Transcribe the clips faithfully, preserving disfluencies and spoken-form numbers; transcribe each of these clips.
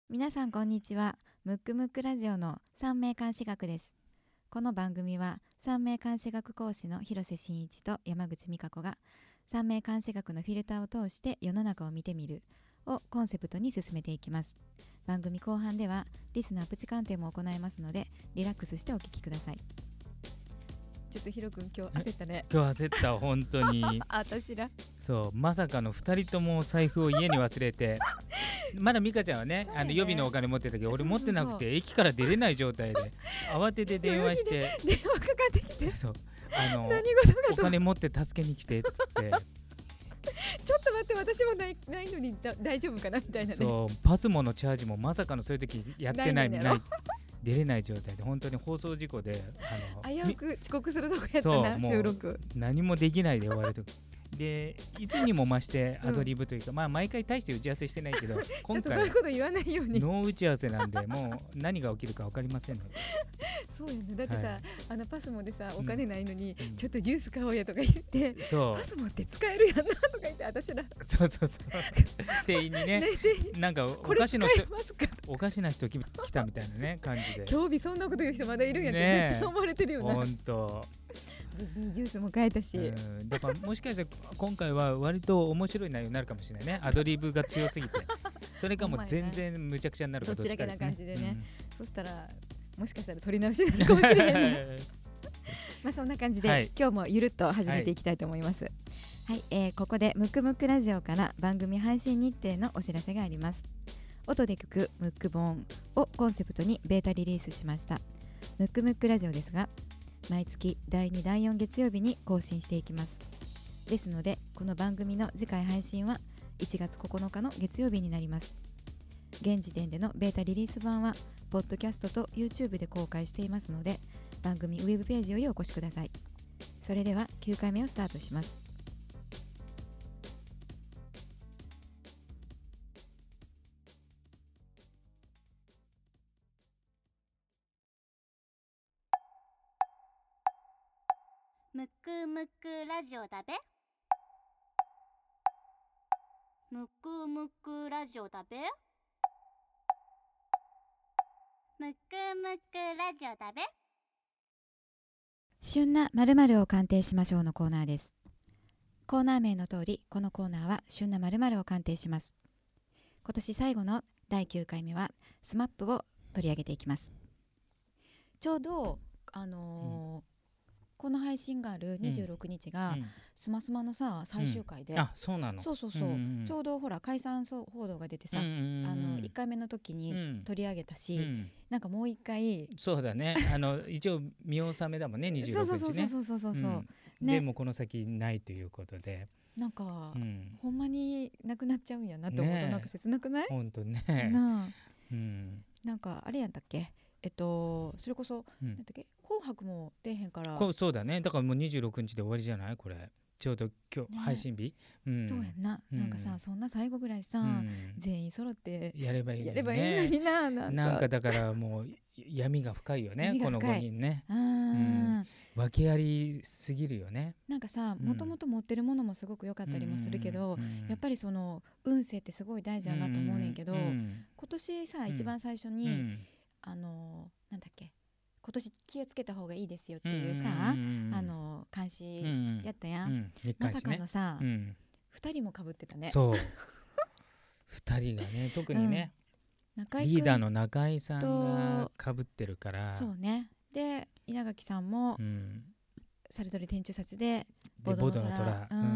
皆さんこんにちは。ムックムックラジオの三名監視学です。この番組は三名監視学講師の広瀬真一と山口美香子が三名監視学のフィルターを通して世の中を見てみるをコンセプトに進めていきます。番組後半ではリスナープチ鑑定も行いますのでリラックスしてお聞きください。ちょっとヒロ君今日焦ったね。 今日焦った本当にあたしらそうまさかのふたりとも財布を家に忘れてまだ美香ちゃんは ね, そうねあの予備のお金持ってたけど俺持ってなくそうそうて駅から出れない状態で慌てて電話して電話かかってきてそうあの何事かとお金持って助けに来てって言ってちょっと待って私もない、ないのにだ大丈夫かなみたいなね。 そうパスモのチャージもまさかのそういう時やってないないのねない出れない状態で本当に放送事故であの危うく遅刻するとこやったなそうもう収録。 何もできないで終わるとでいつにも増してうんアドリブというか、まあ毎回大して打ち合わせしてないけどちょっ今とそうい回うこと言わないように。 ノー打ち合わせなんでもう何が起きるか分かりませんのでそうやね。だってさ、 はいあのパスモでさお金ないのに、 うんちょっとジュース買おうやとか言ってそうパスモって使えるやんなとか言って私らそうそうそう店員にねねでなんかおこれ使かしな人えますかおかしな人来たみたいなね感じで今日日そんなこと言う人まだいるんやってねえ絶対思われてるよな。 本当でジュースも買えたし、 うんだからもしかしたら今回は割と面白い内容になるかもしれないねアドリブが強すぎてそれかもう全然むちゃくちゃになるかどっちかですねどっちだけな感じでねそしたらもしかしたら取り直しになるかもしれへんねまあそんな感じで、 はい今日もゆるっと始めていきたいと思います。はい、えー、ここでムクムクラジオから番組配信日程のお知らせがあります。音で聞くムック本をコンセプトにベータリリースしましたムックムックラジオですが、毎月だいにだいよん月曜日に更新していきます。ですのでこの番組の次回配信はいちがつここのかの月曜日になります。現時点でのベータリリース版はポッドキャストと YouTube で公開していますので、番組ウェブページよりお越しください。それではきゅうかいめをスタートします。 むくむくラジオだべ。むくむくラジオだべ。むくむくラジオだべ。 旬な〇〇を鑑定しましょうのコーナーです。コーナー名の通りこのコーナーは旬な〇〇を鑑定します。今年最後のだいきゅうかいめはスマップを取り上げていきます。ちょうどあのーうんこの配信があるにじゅうろくにちが、うん、スマスマのさ最終回で、うん、 あそうなのそうそうそう、うんうん、ちょうどほら解散報道が出てさ、うんうんうん、あのいっかいめの時に取り上げたし、うん、なんかもういっかいそうだねあの一応見納めだもんねにじゅうろくにちねそうそうそうそうそうそう、うんね、でもこの先ないということでなんか、うん、ほんまになくなっちゃうんやなと思うと、ね、なんか切なくない？ ほんとねなあ、 うん、 なんかあれやんだっけえっとそれこそ、うん、なんだっけ紅白も出えへんからこうそうだねだからもうにじゅうろくにちで終わりじゃないこれちょうど今日、ね、配信日、 うん、そうやんな、うん、なんかさそんな最後ぐらいさ、うん、全員揃ってやればいいのに、ね、 やればいいのにななんかなんかだからもう闇が深いよねこのごにんねうん、 訳ありすぎるよね。 なんかさもともと持ってるものもすごく良かったりもするけど、うん、やっぱりその運勢ってすごい大事やなと思うねんけど、うん、今年さ一番最初に、うん、あのなんだっけ今年気をつけた方がいいですよっていうさ、うんうん、あの監視やったやん、うんうんね、まさかのさ、うん、ふたりも被ってたね。 そうふたりがね特にね、うん、リーダーの中井さんが被ってるからそうねで稲垣さんも、うん、サルトリ天中殺でボドの虎、 虎、うんうん、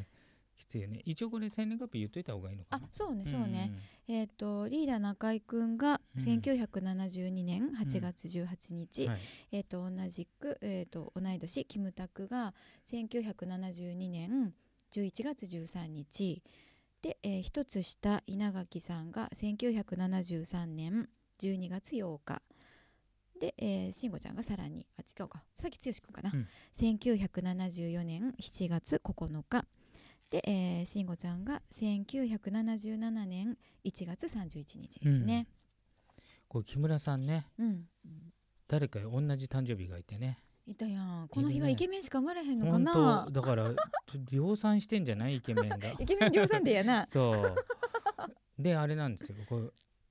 きついよね。一応これ生年月日言っといた方がいいのかな。 あそうねそうね、うんえー、とリーダー中井くんがせんきゅうひゃくななじゅうにねんはちがつじゅうはちにち、うんはいえー、と同じく、えー、と同い年キムタクがせんきゅうひゃくななじゅうにねんじゅういちがつじゅうさんにちで、えー、一つ下稲垣さんがせんきゅうひゃくななじゅうさんねんじゅうにがつようかで、えー、慎吾ちゃんがさらにあ違うか佐々木剛くんかな、うん、せんきゅうひゃくななじゅうよねんしちがつここのかで、えー、慎吾ちゃんがせんきゅうひゃくななじゅうななねんいちがつさんじゅういちにちですね、 うん、これ木村さんね、うん、誰か同じ誕生日がいてねいたやんこの日はイケメンしか生まれへんのかな。 本当だから量産してんじゃないイケメンがイケメン量産でやなそうであれなんですよこれ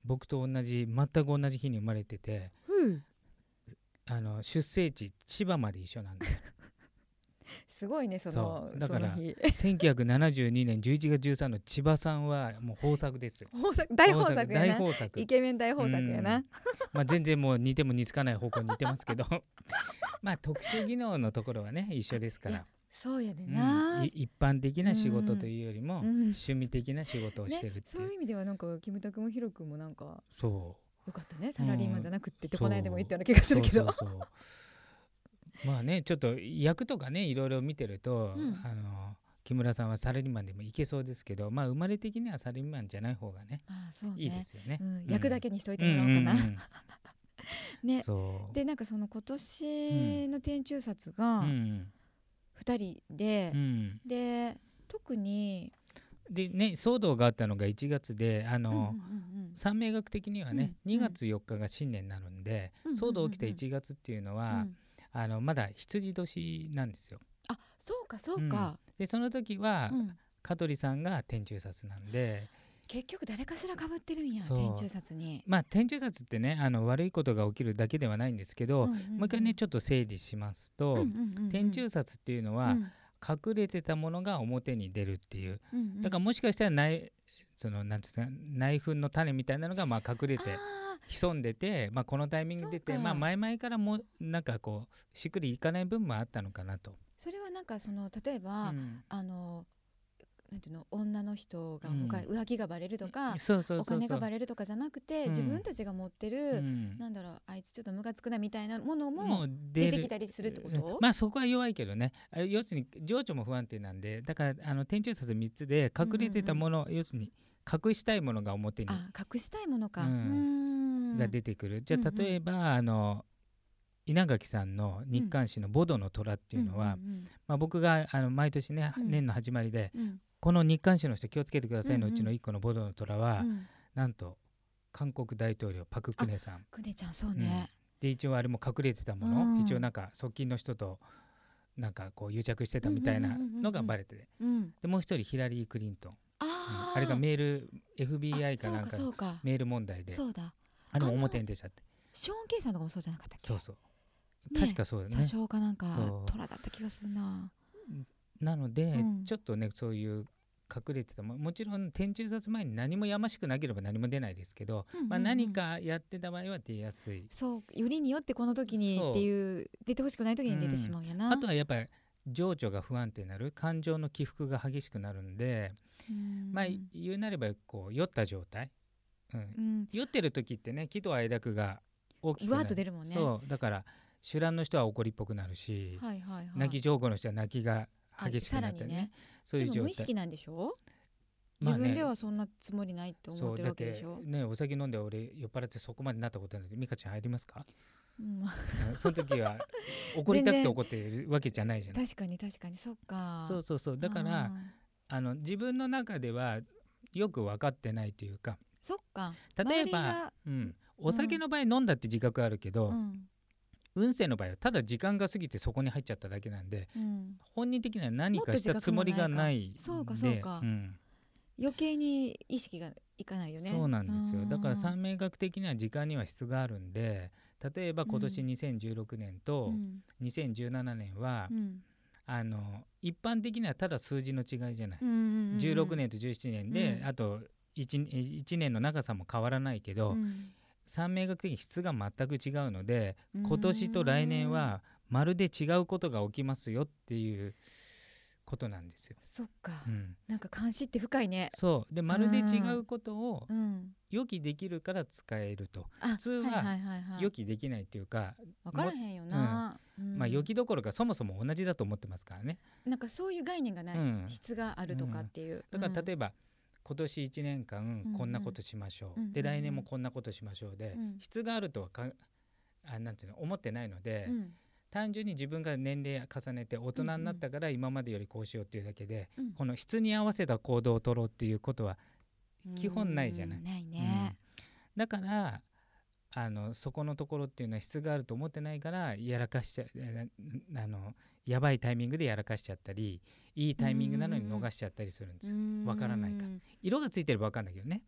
僕と同じ全く同じ日に生まれてて、 うん、 あの出生地千葉まで一緒なんですごいね、そのそうだからその日せんきゅうひゃくななじゅうにねんじゅういちがつじゅうさんの千葉さんはもう豊作ですよ。 豊作大豊作や大な、 豊作イケメン大豊作やな、 うんまあ、全然もう似ても似つかない方向に似てますけどまあ特殊技能のところはね一緒ですかいらやそうやでうんな、 い一般的な仕事というよりも、 うん趣味的な仕事をしてるってね、そういう、 いう意味ではなんかキムタクもヒロ君もなんかそよかったね、サラリーマンじゃなくってってそうこないでも言ったような気がうするけど、 そうそうそうまあねちょっと役とかねいろいろ見てると、 うんあの木村さんはサラリーマンでもいけそうですけど、まあ生まれ的にはサラリーマンじゃない方がねああそうね、 いいですよね、 うんうん役だけにしといてもらおうかな、 うんうんうんね、 そうでなんかその今年の天中殺がうんふたりで、 うんで特にでね騒動があったのがいちがつであの、 うんうんうん三名学的にはね、 うんにがつよっかが新年になるんで、 うん騒動起きたいちがつっていうのは、 うんあのまだ羊年なんですよ。 あそうかそうか、 でその時は、 うん香取さんが天中殺なんで、 結局誰かしら被ってるんやそう天中殺に、 まあ天中殺ってねあの悪いことが起きるだけではないんですけど、 うんうんうんもう一回ねちょっと整理しますと、 うんうんうんうん天中殺っていうのは、 うん隠れてたものが表に出るっていう、 うんうんだからもしかしたら内そのなんていうんですか内紛の種みたいなのがまあ隠れてあ潜んでて、まあ、このタイミングで出て、 そうかまあ、前々からもなんかこうしっくりいかない部分もあったのかなと。 それはなんかその例えば、 うんあのなんていうの女の人がうん他、浮気がバレるとか、 そうそうそうそうお金がバレるとかじゃなくて、 うん自分たちが持ってる、 うんなんだろうあいつちょっとムカつくなみたいなものももう出るてきたりするってこと、 まあそこは弱いけどねあ要するに情緒も不安定なんでだからあの天中殺みっつで隠れてたもの、要するに隠したいものが表にあ隠したいものか、 ううんんが出てくる。じゃうんうんあ例えば、あの稲垣さんの日刊誌の「ボドの虎」っていうのは、 うんまあ、僕があの毎年ね、 うん年の始まりでうんうんこの日刊誌の人気をつけてくださいのうんうんうちのいっこのボドの虎は、 うんなんと韓国大統領パク・クネさんくねちゃんそうね、 で一応あれも隠れてたもの、 うん一応なんか側近の人となんかこう癒着してたみたいなのがバレてて、 うんでもう一人ヒラリー・クリントン、 あうんーあれがメール エフビーアイ かなんあかのそうかそうかメール問題でそうだあれも表に出ちゃって、 ショーン・ケイさんとかもそうじゃなかったっけ、 そうそう、 ね確かそうだね詐称かなんかそう虎だった気がするな、 なので、 うんちょっとねそういう隠れてたももちろん天中殺前に何もやましくなければ何も出ないですけど、 うんうんうんまあ、何かやってた場合は出やすい。 そうよりによってこの時にそうっていう出てほしくない時に出てしまうんやな、 あとはやっぱり情緒が不安定になる感情の起伏が激しくなるんで、 うんまあ言うなればこう酔った状態、うんうん酔ってる時ってね喜怒哀楽が大きくぶわなるっと出るもんねそうだから酒乱の人は怒りっぽくなるし、 はいはいはい泣き上戸の人は泣きが激しくなったりね、 あさらにねそういう状態でも無意識なんでしょ、 まあね自分ではそんなつもりないって思ってるそうだってわけでしょ、 ねお酒飲んで俺酔っ払ってそこまでなったことないので美香ちゃん入りますかうんうんその時は怒りたくて怒っているわけじゃないじゃない確かに確かにそっかそうそうそうだからあーあの自分の中ではよく分かってないというかそっか例えば周りが、 うん、お酒の場合飲んだって自覚あるけど、 うん運勢の場合はただ時間が過ぎてそこに入っちゃっただけなんでうん、 本人的には何かしたつもりがないんでそうかそうかん余計に意識がいかないよねそうなんですよだから三名名学的には時間には質があるんで例えば今年にせんじゅうろくねんとうんにせんじゅうななねんは、 うんあの一般的にはただ数字の違いじゃない、 うんうんうん、 じゅうろくねんとじゅうななねんで、 うんあと 1, 1年の長さも変わらないけど、 うん三名学的に質が全く違うので今年と来年はまるで違うことが起きますよっていうことなんですよ。 そっか、 うん、 なんか監視って深いねそうでまるで違うことをうん予期できるから使えるとあ普通はいはいはいはい予期できないっていうか、 分からへんよな、うんまあ予期どころかそもそも同じだと思ってますからね。 なんかそういう概念がない、 うん質があるとかっていう、 だから例ええば、今年いちねんかんうんこんなことしましょう、 うんで来年もこんなことしましょうで、 うん質があるとはかあなんていうの思ってないので、 うん単純に自分が年齢重ねて大人になったから今までよりこうしようっていうだけで、 うんこの質に合わせた行動を取ろうっていうことは基本ないじゃない。 うんないね、 うんだからあのそこのところっていうのは質があると思ってないからやらかしちゃえーあのやばいタイミングでやらかしちゃったりいいタイミングなのに逃しちゃったりするんですよ。わからないから色がついてれば分かんないけどね。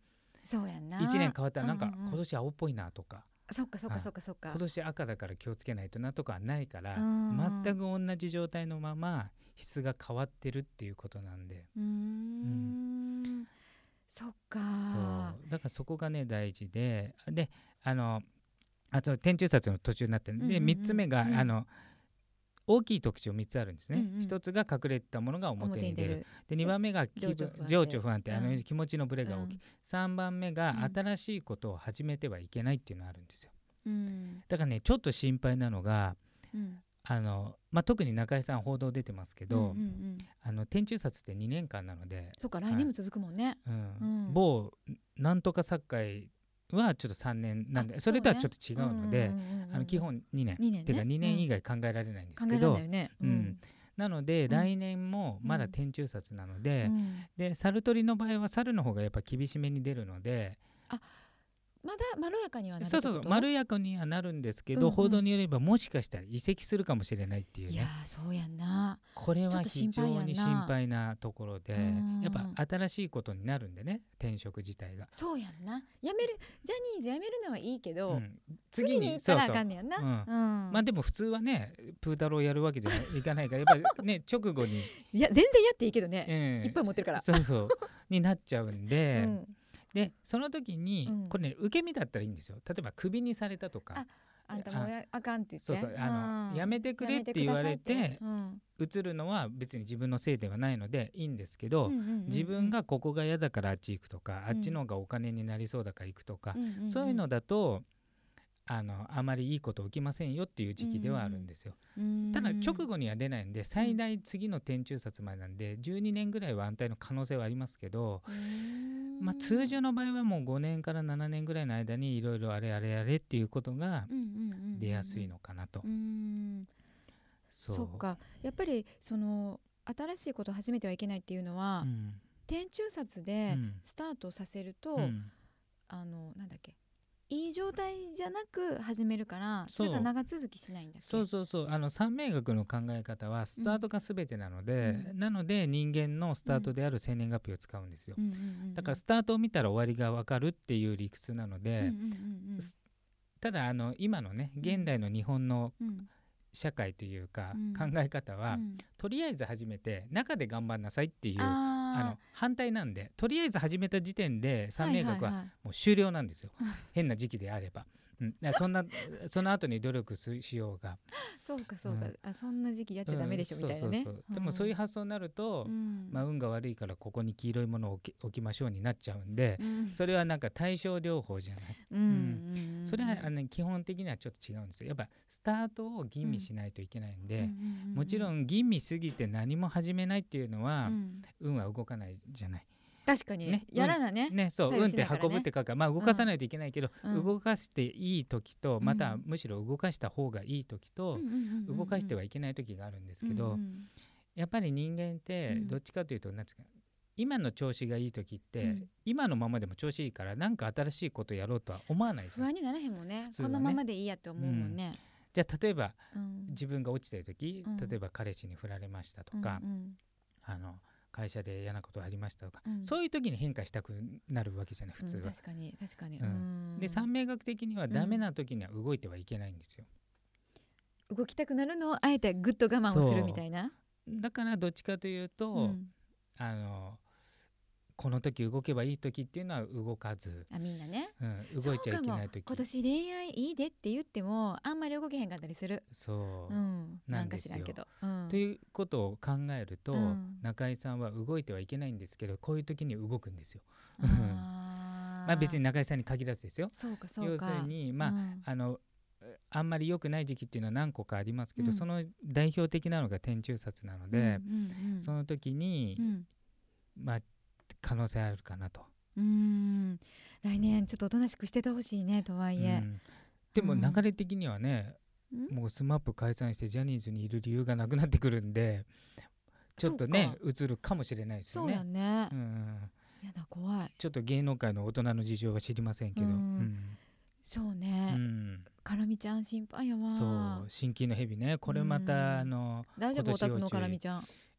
そうやんな。 いちねん変わったらなんか、 うんうんうん、 今年青っぽいなとか、 そっかそっかそっかそっか、 今年赤だから気をつけないとなとかはないから、 うん、 全く同じ状態のまま質が変わってるっていうことなんで、 うーん、うん、そっか。 そうだからそこがね大事で、であのあと天中殺の途中になってるんで、うんうんうん、みっつめが、うん、あの大きい特徴みっつあるんですね、うんうん、ひとつが隠れたものが表に出る、でにばんめが気分情緒不安定、あの気持ちのブレが大きい、うん、さんばんめが新しいことを始めてはいけないっていうのがあるんですよ、うん、だからねちょっと心配なのが、うん、あのまあ、特に中井さん報道出てますけど、うんうんうん、あの天中殺ってにねんかんなので、 そうか来年も続くもんね、 うんうん、某なんとか作会はちょっとさんねんなんで、 それとはちょっと違うので、あの基本にねん、にねんね、っていうかにねん以外考えられないんですけど、ね、うんうん、なので、うん、来年もまだ天中殺なので、うん、で猿取りの場合は猿の方がやっぱ厳しめに出るので、 あまだまろやかにはなるってそこと？ うそうそうまろやかにはなるんですけど、うんうん、報道によればもしかしたら移籍するかもしれないっていうね。 いやそうやんな、 これは非常に心配なところで、やっぱ新しいことになるんでね、転職自体が。 そうやんな、やめるジャニーズやめるのはいいけど、うん、次に行ったらあかんねやんな。そうそう、 うんうん、まあでも普通はねプー太郎やるわけじゃいかないからやっぱりね直後にいや全然やっていいけどね、えー、いっぱい持ってるからそうそうになっちゃうんで、うんでその時に、うん、これね受け身だったらいいんですよ。例えばクビにされたとか、 あ、あんたもう あ, あかんって言って、 そうそうあのやめてくれって言われて、うん、移るのは別に自分のせいではないのでいいんですけど、うんうんうんうん、自分がここが嫌だからあっち行くとか、うん、あっちの方がお金になりそうだから行くとか、うんうんうん、そういうのだとあのあまりいいこと起きませんよっていう時期ではあるんですよ、うん、ただ直後には出ないんで最大次の天中殺までなんでじゅうにねんぐらいは安泰の可能性はありますけど、まあ、通常の場合はもうごねんからななねんぐらいの間にいろいろあれあれあれっていうことが出やすいのかなと。 そっか、やっぱりその新しいことを始めてはいけないっていうのは、うん、天中殺でスタートさせると、うん、あのなんだっけいい状態じゃなく始めるからそれが長続きしないんだっけ。 そうそうそう、あの三名学の考え方はスタートが全てなので、うん、なので人間のスタートである生年月日を使うんですよ、うん、だからスタートを見たら終わりが分かるっていう理屈なので、うんうんうんうん、ただあの今のね現代の日本の社会というか考え方は、うん、とりあえず始めて中で頑張んなさいっていうあの反対なんで、とりあえず始めた時点で三名学はもう終了なんですよ、はいはいはい、変な時期であれば、うん、そんなその後に努力しようがそうかそうか、うん、あそんな時期やっちゃダメでしょ、うん、みたいなね。 そうそうそう、でもそういう発想になると、うんまあ、運が悪いからここに黄色いものを置 き, 置きましょうになっちゃうんで、うん、それはなんか対症療法じゃない、うんうんうん、それはあの基本的にはちょっと違うんですよ。やっぱスタートを吟味しないといけないんで、うん、もちろん吟味すぎて何も始めないっていうのは、うん、運は動かないじゃない。 確かに、ね、やらなね、 うん、ね、そう、運って運ぶって書くから、まあ動かさないといけないけど、うん、動かしていい時と、またむしろ動かした方がいい時と、うん、動かしてはいけない時があるんですけど、うんうん、やっぱり人間ってどっちかというと、うん、なんつうか今の調子がいい時って、うん、今のままでも調子いいからなんか新しいことやろうとは思わないじゃん。 不安にならへんもんね、普通はね、このままでいいやって思うもんね、うん、 じゃあ例えば、うん、自分が落ちてる時、うん、例えば彼氏に振られましたとか、うんうん、あの会社で嫌なことありましたとか、うん、そういう時に変化したくなるわけじゃない普通は、うん、 確かに確かに、 うん、で三名学的にはダメな時には動いてはいけないんですよ、 うん、動きたくなるのをあえてぐっと我慢をするみたいな。 だからどっちかというと、うん、あのこの時動けばいい時っていうのは動かず、 あみんなね、 うん、動いちゃいけない時、 今年恋愛いいでって言ってもあんまり動けへんかったりする。 そう、 うん、なんか知らんけど、 うん、ということを考えると、うん、中井さんは動いてはいけないんですけどこういう時に動くんですよ。あまあ別に中井さんに限らずですよ。 そうかそうか、 要するにまあ、うん、あのあんまり良くない時期っていうのは何個かありますけど、うん、その代表的なのが天中殺なので、うんうんうん、その時に、うん、まあ可能性あるかなと。 うーん、来年ちょっとおとなしくしててほしいねとはいえ、うん、 でも流れ的にはね、うん、もうスマップ解散してジャニーズにいる理由がなくなってくるんでちょっとね映るかもしれないですよね。 そうやね、うん、やだ怖い。 ちょっと芸能界の大人の事情は知りませんけど、うんうん、 そうね、うん、カラミちゃん心配やわ。 そう、新規のヘビね、これまた、うん、あの大丈夫お宅のカラミちゃん。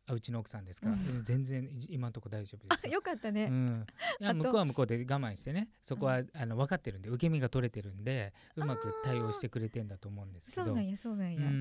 あうちの奥さんですか、 うん、 全然今のところ大丈夫ですよ。 あよかったね、 うん、いや向こうは向こうで我慢してね、そこは、うん、あの分かってるんで受け身が取れてるんでうまく対応してくれてんだと思うんですけど。 そうなんやそうなんや、うん、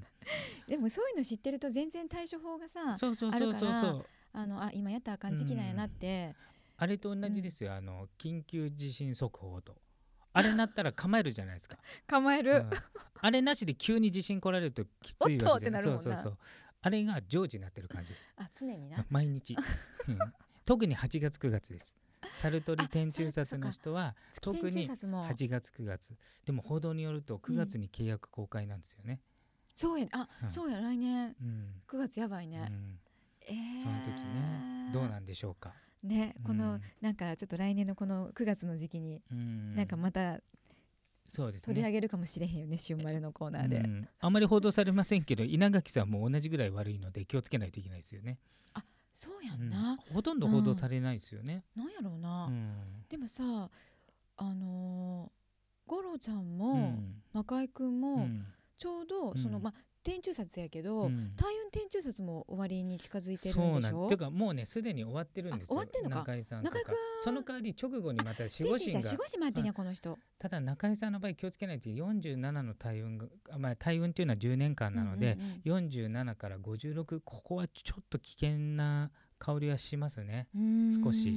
でもそういうの知ってると全然対処法がさそうそうそうそうそうあるからあのあ今やったらあかん時期なんやなって、 うん、あれと同じですよ、うん、あの緊急地震速報とあれなったら構えるじゃないですか構える、うん、 あれなしで急に地震来られるときついわけじゃない。そうそうそう、あれが常時になってる感じです。 あ常にな毎日、うん、特にはちがつくがつです。サルトリ天中札の人は特にはちがつくがつでも報道によるとくがつに契約更改なんですよね、うん、 そうやあ、うん、そうや来年くがつやばいね、うんえー、その時ねどうなんでしょうかね、この、うん、なんかちょっと来年のこのくがつの時期に、うん、なんかまたそうですね、取り上げるかもしれへんよね、春丸のコーナーで、うん、 あんまり報道されませんけど稲垣さんも同じぐらい悪いので気をつけないといけないですよね。 あそうやんな、 うん、ほとんど報道されないですよね、 うん、なんやろうな、うん、でもさあのー、五郎ちゃんも、うん、中居君も、うん、ちょうどその、うん、まあ天中札やけど、うん、大運天中札も終わりに近づいてるんでしょ。そうなんていうかもうねすでに終わってるんですよ。 終わってんのか中居さんとか。その代わり直後にまた守護神が守護神回ってんやこの人。 ただ中居さんの場合気をつけないとよんじゅうななの大運が、まあ、大運っていうのはじゅうねんかんなので、うんうんうん、よんじゅうななからごじゅうろくここはちょっと危険な香りはしますね少し、うん、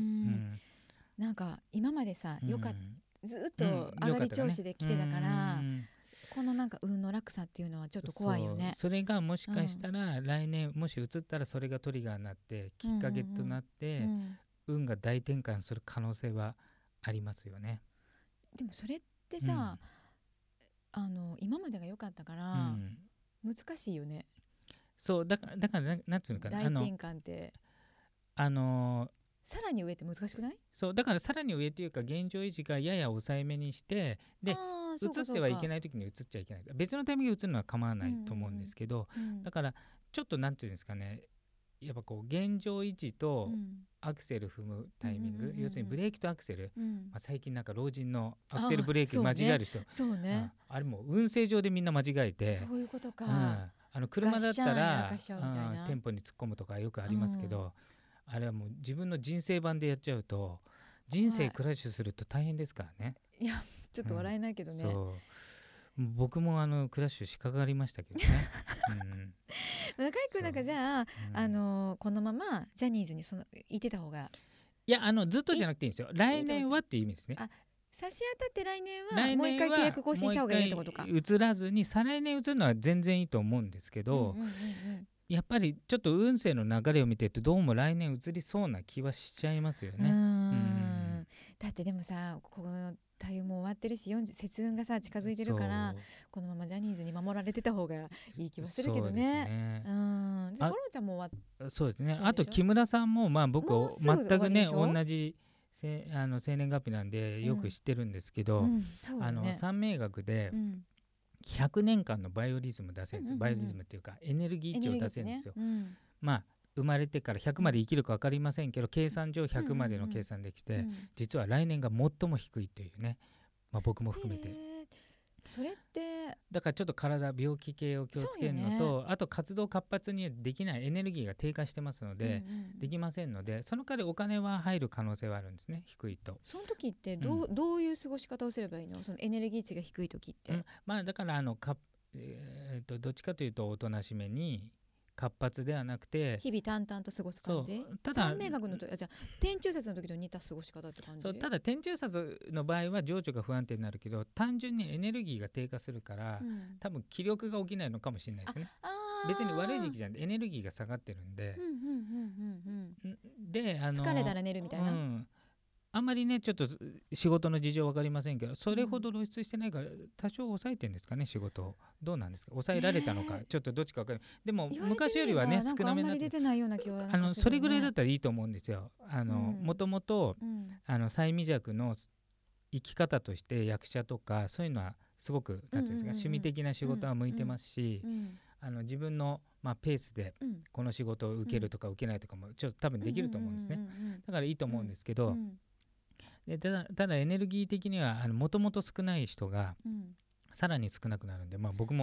なんか今までさよかっずっと上がり調子で来てたから、うん、このなんか運の落差っていうのはちょっと怖いよね。 そ, それがもしかしたら来年もし移ったらそれがトリガーになってきっかけとなって、うんうんうん、運が大転換する可能性はありますよね。 でもそれってさ、うん、あの今までが良かったから、うん、難しいよね。 そうだからだからなんていうのかな、 大転換ってあのーさらに上って難しくない？ そうだからさらに上というか現状維持がやや抑えめにしてで移ってはいけない時に移っちゃいけない、別のタイミングで移るのは構わないと思うんですけど、うんうんうん、だからちょっとなんていうんですかね、やっぱこう現状維持とアクセル踏むタイミング、うんうんうんうん、要するにブレーキとアクセル、うんまあ、最近なんか老人のアクセルブレーキ間違える人 あ,、 そうねそうね、 あれもう運勢上でみんな間違えて、 そういうことか、 うん、あの車だったら店舗に突っ込むとかよくありますけど、うん、あれはもう自分の人生版でやっちゃうと人生クラッシュすると大変ですからね。 いやちょっと笑えないけどね、うん、そう僕もあのクラッシュしかかりましたけどね、 うん、中居君なんかじゃあ、うん、あのこのままジャニーズにそのいてた方がいやあのずっとじゃなくていいんですよ、来年はっていう意味ですね。 あ差し当たって来年はもう一回契約更新した方がいいってことか。 移らずに再来年移るのは全然いいと思うんですけど、うんうんうんうん、やっぱりちょっと運勢の流れを見てるとどうも来年移りそうな気はしちゃいますよね。うんうんだってでもさこの対応も終わってるしよんじゅう節運がさ近づいてるからこのままジャニーズに守られてた方がいい気はするけどね。そうですね。うん。でゴロちゃんも終わっそうですね。あと木村さんもまあ僕全くね同じせあの生年月日なんでよく知ってるんですけど、うんうんね、あの三名学でひゃくねんかんのバイオリズム出せるんですよ、うんうんうん、バイオリズムっていうかエネルギー値を出せるんですよ、ねうん、まあ生まれてからひゃくまで生きるか分かりませんけど、うん、計算上ひゃくまでの計算できて、うんうんうん、実は来年が最も低いというね、まあ、僕も含めて、 それってだからちょっと体病気系を気をつけるのと、ね、あと活動活発にできないエネルギーが低下してますので、うんうん、できませんのでその代わりお金は入る可能性はあるんですね、低いと。 その時ってどう、うん、どういう過ごし方をすればいいの？そのエネルギー値が低い時って、うん、 まあだからあのか、えー、とどっちかというとおとなしめに活発ではなくて日々淡々と過ごす感じ。ただ三名学のとじゃ天中札の時と似た過ごし方って感じ。 そうただ天中札の場合は情緒が不安定になるけど単純にエネルギーが低下するから、うん、多分気力が起きないのかもしれないですね。別に悪い時期じゃなくてエネルギーが下がってるんで、 であの疲れたら寝るみたいな、うん、 あんまりねちょっと仕事の事情分かりませんけどそれほど露出してないから多少抑えてるんですかね、仕事をどうなんですか、抑えられたのかちょっとどっちか分かる。でも昔よりはね少なめになってあのそれぐらいだったらいいと思うんですよ。あの、うん、もともと、うん、あの催眠弱の生き方として役者とかそういうのはすごくなんていうんですか、趣味的な仕事は向いてますし、うんうんうん、あの自分の、まあ、ペースでこの仕事を受けるとか受けないとかもちょっと多分できると思うんですね。だからいいと思うんですけど、うんで た, だただエネルギー的にはもともと少ない人がさらに少なくなるんで、まあ、僕も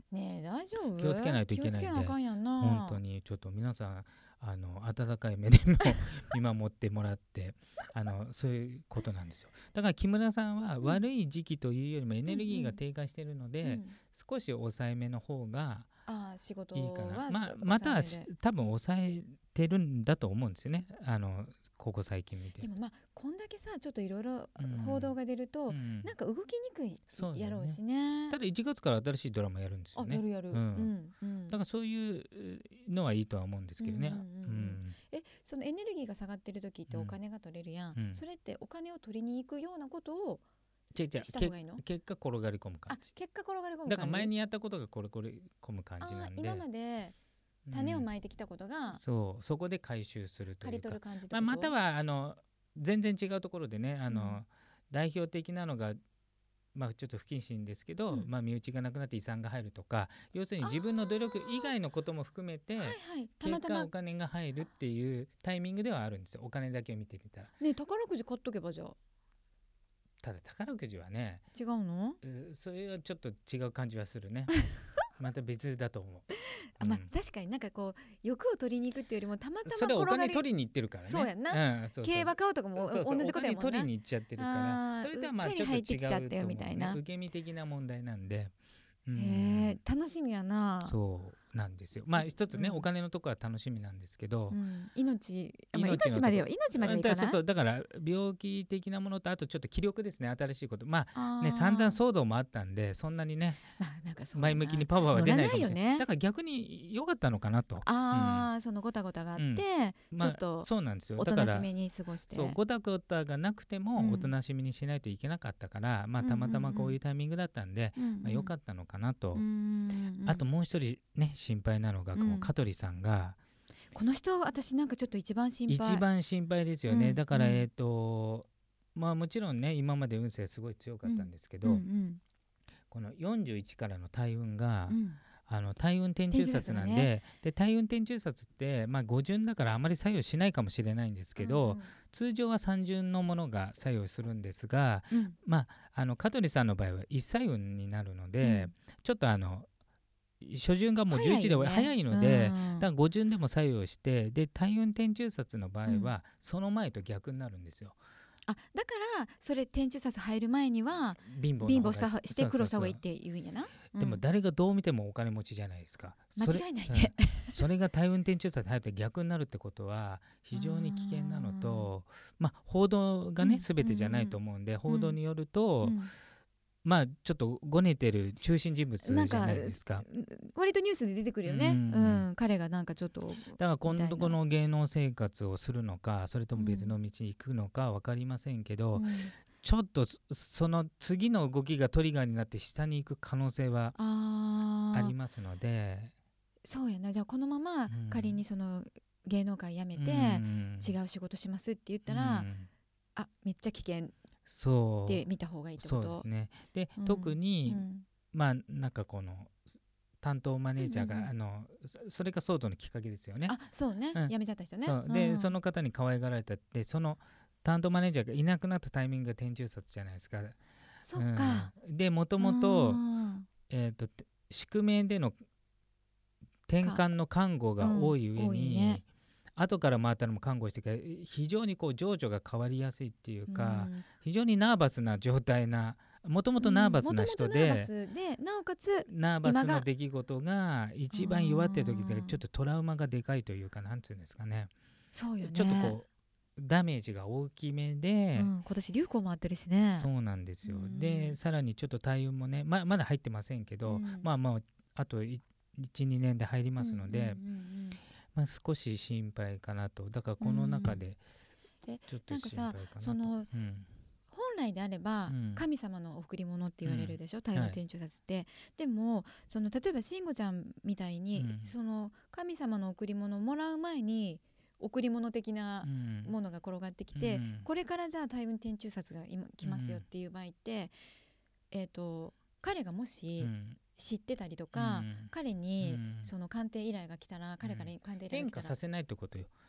ねえ大丈夫？ 気をつけないといけないんで、 気をつけなあかんやんな。 本当にちょっと皆さんあの温かい目でも見守ってもらってあのそういうことなんですよ。だから木村さんは悪い時期というよりもエネルギーが低下しているので、うんうん、少し抑えめの方がいいかな。まあ、また多分抑えてるんだと思うんですよね、あのここ最近見て。 でもまあこんだけさちょっといろいろ報道が出ると、うん、なんか動きにくいやろうし ね, ねただいちがつから新しいドラマやるんですよね。 あやるやる、うんうんうん、 だからそういうのはいいとは思うんですけどね。 えそのエネルギーが下がってる時ってお金が取れるやん、うん、それってお金を取りに行くようなことをした方がいいの？ 結果転がり込む感じ。 あ結果転がり込む感じ。 だから前にやったことが転がり込む感じなんで、 今まで種をまいてきたことが、 うん、そうそこで回収するというか刈り取る感じってこと、 まあ、またはあの全然違うところでねあの、うん、代表的なのが、まあ、ちょっと不謹慎ですけど、うんまあ、身内がなくなって遺産が入るとか、要するに自分の努力以外のことも含めて、はいはい、たまたま結果お金が入るっていうタイミングではあるんですよ。お金だけを見てみたらね。宝くじ買っとけばじゃあ。 ただ宝くじはね違うの？ それはちょっと違う感じはするねまた別だと思うあ、まあ、確かになんかこう欲を取りに行くっていうよりもたまたまそれお金取りに行ってるからね。 そうやんな、うん、そうそう競馬買うとかも同じことやもんな。お金取りに行っちゃってるからそれとはまあちょっと違うと思う、ね、 みたいな受け身的な問題なんで、 うん、へえ楽しみやな。 そうなんですよ。まあ一つね、うん、お金のとこは楽しみなんですけど、 うん、命、まあ、命までよ命まではいかない。 そうそうだから病気的なものとあとちょっと気力ですね。新しいことまあね散々騒動もあったんでそんなにね、まあ、なんかそう前向きにパワーは出ないかもしれない、ね、だから逆に良かったのかなと。 ああ、うん、そのごたごたがあって、うんちょっとそうなんですよ。 おとなしめに過ごして、 そうごたごたがなくてもおとなしめにしないといけなかったから、うん、まあたまたまこういうタイミングだったんで、うんうんまあ、良かったのかなと、うんうんうん、あともう一人ね心配なのがこの香取さんが、 うん、この人私なんかちょっと一番心配一番心配ですよね、うん、だから、うん、えっ、ー、とまあもちろんね今まで運勢すごい強かったんですけど、うんうんうん、このよんじゅういちからの大運が、うんあの大運天中殺なんで、ね、で大運天中殺って、まあ、ご順だからあまり作用しないかもしれないんですけど、うんうん、通常はさん順のものが作用するんですが、うん、まああの香取さんの場合は一作運になるので、うん、ちょっとあの初順がもうじゅういちで早いので、ねうん、だからご順でも作用してで大運天中殺の場合はその前と逆になるんですよ。 あだからそれ天中殺入る前には貧乏して苦労した方がいいって言うんやな。 でも誰がどう見てもお金持ちじゃないですか。 間違いないね、 うん、それが大運天中殺に入って逆になるってことは非常に危険なのとまあ報道がね、うん、全てじゃないと思うんで、うん、報道によると、うん、まあちょっとごねてる中心人物じゃないですか。 割とニュースで出てくるよね、うんうん、彼がなんかちょっとだから今度この芸能生活をするのかそれとも別の道に行くのか分かりませんけど、うんちょっとその次の動きがトリガーになって下に行く可能性はありますので。 そうやな。じゃあこのまま仮にその芸能界辞めて違う仕事しますって言ったら、うん、あめっちゃ危険って見た方がいいってこと。 そうですね。で、うん、特に、うん、まあなんかこの担当マネージャーが、うんうん、あのそれが騒動のきっかけですよね。 あそうね、うん、辞めちゃった人ね。 そうで、うん、その方に可愛がられたってその担当マネージャーがいなくなったタイミングが天中殺じゃないですか。 そっか、 うん、でもともと宿命での転換の看護が多い上に、うんいね、後から回ったのも看護してから非常にこう情緒が変わりやすいっていうか、うん、非常にナーバスな状態なもともとナーバスな人で、うん、ナーバスでなおかつナーバスな出来事が一番弱ってる時でちょっとトラウマがでかいというかなんていうんですかね。 そうよね。 ちょっとこうダメージが大きめで、うん、 今年流行もあってるしね。 そうなんですよ、うん、でさらにちょっと大運もね ま, まだ入ってませんけど、うん、まあまああと いちにねんで入りますので、うんうんうんうんまあ、少し心配かなと。だからこの中でちょっと心配かなと、うん、なんかさその、うん、 本来であれば神様の贈り物って言われるでしょ、うん、大運天中殺って、はい、でもその例えば慎吾ちゃんみたいに、うん、その神様の贈り物をもらう前に贈り物的なものが転がってきて、うん、これからじゃあ大運天中殺が今来ますよっていう場合って、うん、えーと、彼がもし知ってたりとか、うん、彼にその鑑定依頼が来たら、うん、彼から鑑定依頼が来たら変化させないってことよ。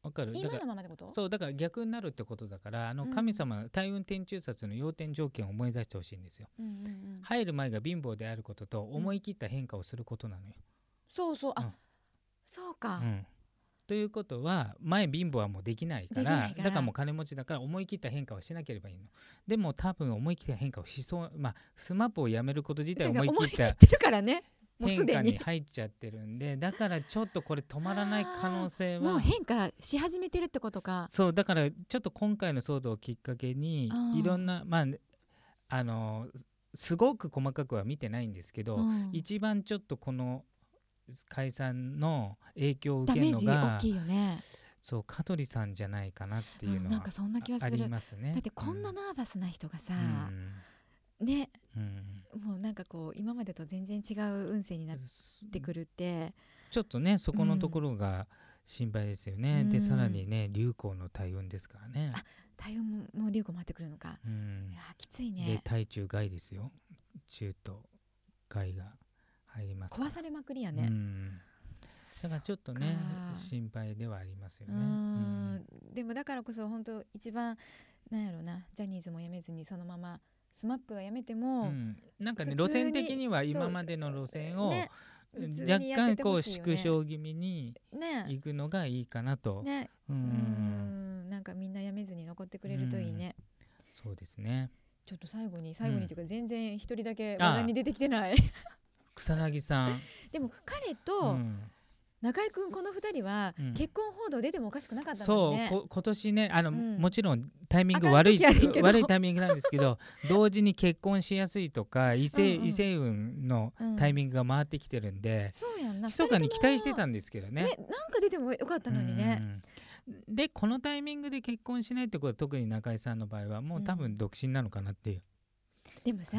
わかる。だから今のままってこと？ そうだから逆になるってことだから、あの神様、うん、大運天中殺の要点条件を思い出してほしいんですよ、うんうんうん、入る前が貧乏であることと思い切った変化をすることなのよ、うん、 そうそう、あ、うん、そうか、 うん、ということは前貧乏はもうできないから、からだからもう金持ちだから思い切った変化をしなければいいの。でも多分思い切った変化をしそう、まあスマップをやめること自体思い切った変化に入っちゃってるんで、だからちょっとこれ止まらない可能性はもう変化し始めてるってことか。 そうだからちょっと今回の騒動をきっかけにいろんな、まああのすごく細かくは見てないんですけど、一番ちょっとこの解散の影響を受けるのがダメージ大きいよね。 そう香取さんじゃないかなっていうのは、うん、 なんかそんな気はする。 ありますね。 だってこんなナーバスな人がさ、 うん、 ね、うん、もうなんかこう今までと全然違う運勢になってくるってちょっとねそこのところが心配ですよね、うん、でさらにね流行の大運ですからね。 あ、大運も流行回ってくるのか、うん、いやきついね。 で大中外ですよ。中と外が入りますから壊されまくりやね、うん、 だからちょっとね心配ではありますよね。うん、でもだからこそ本当一番なんやろうな、ジャニーズも辞めずにそのままスマップは辞めても、うん、 なんかね路線的には今までの路線を、ね、若干こう縮小気味に行くのがいいかなと、ねね、うん、 うんなんかみんな辞めずに残ってくれるといいね、 うん、そうですね。 ちょっと最後に最後にというか全然一人だけ話題に出てきてない、 草薙さんでも彼と、うん中居君このふたりは結婚報道出てもおかしくなかったのね、 うん、そう今年ねあの、うん、もちろんタイミング悪い悪いタイミングなんですけど同時に結婚しやすいとか異性、うんうん、異性運のタイミングが回ってきてるんで、うん、密かに期待してたんですけどね。ね、 なんか出てもよかったのにね、 うん、でこのタイミングで結婚しないってことは特に中居さんの場合はもう多分独身なのかなっていう、 うん、でもさ、うん、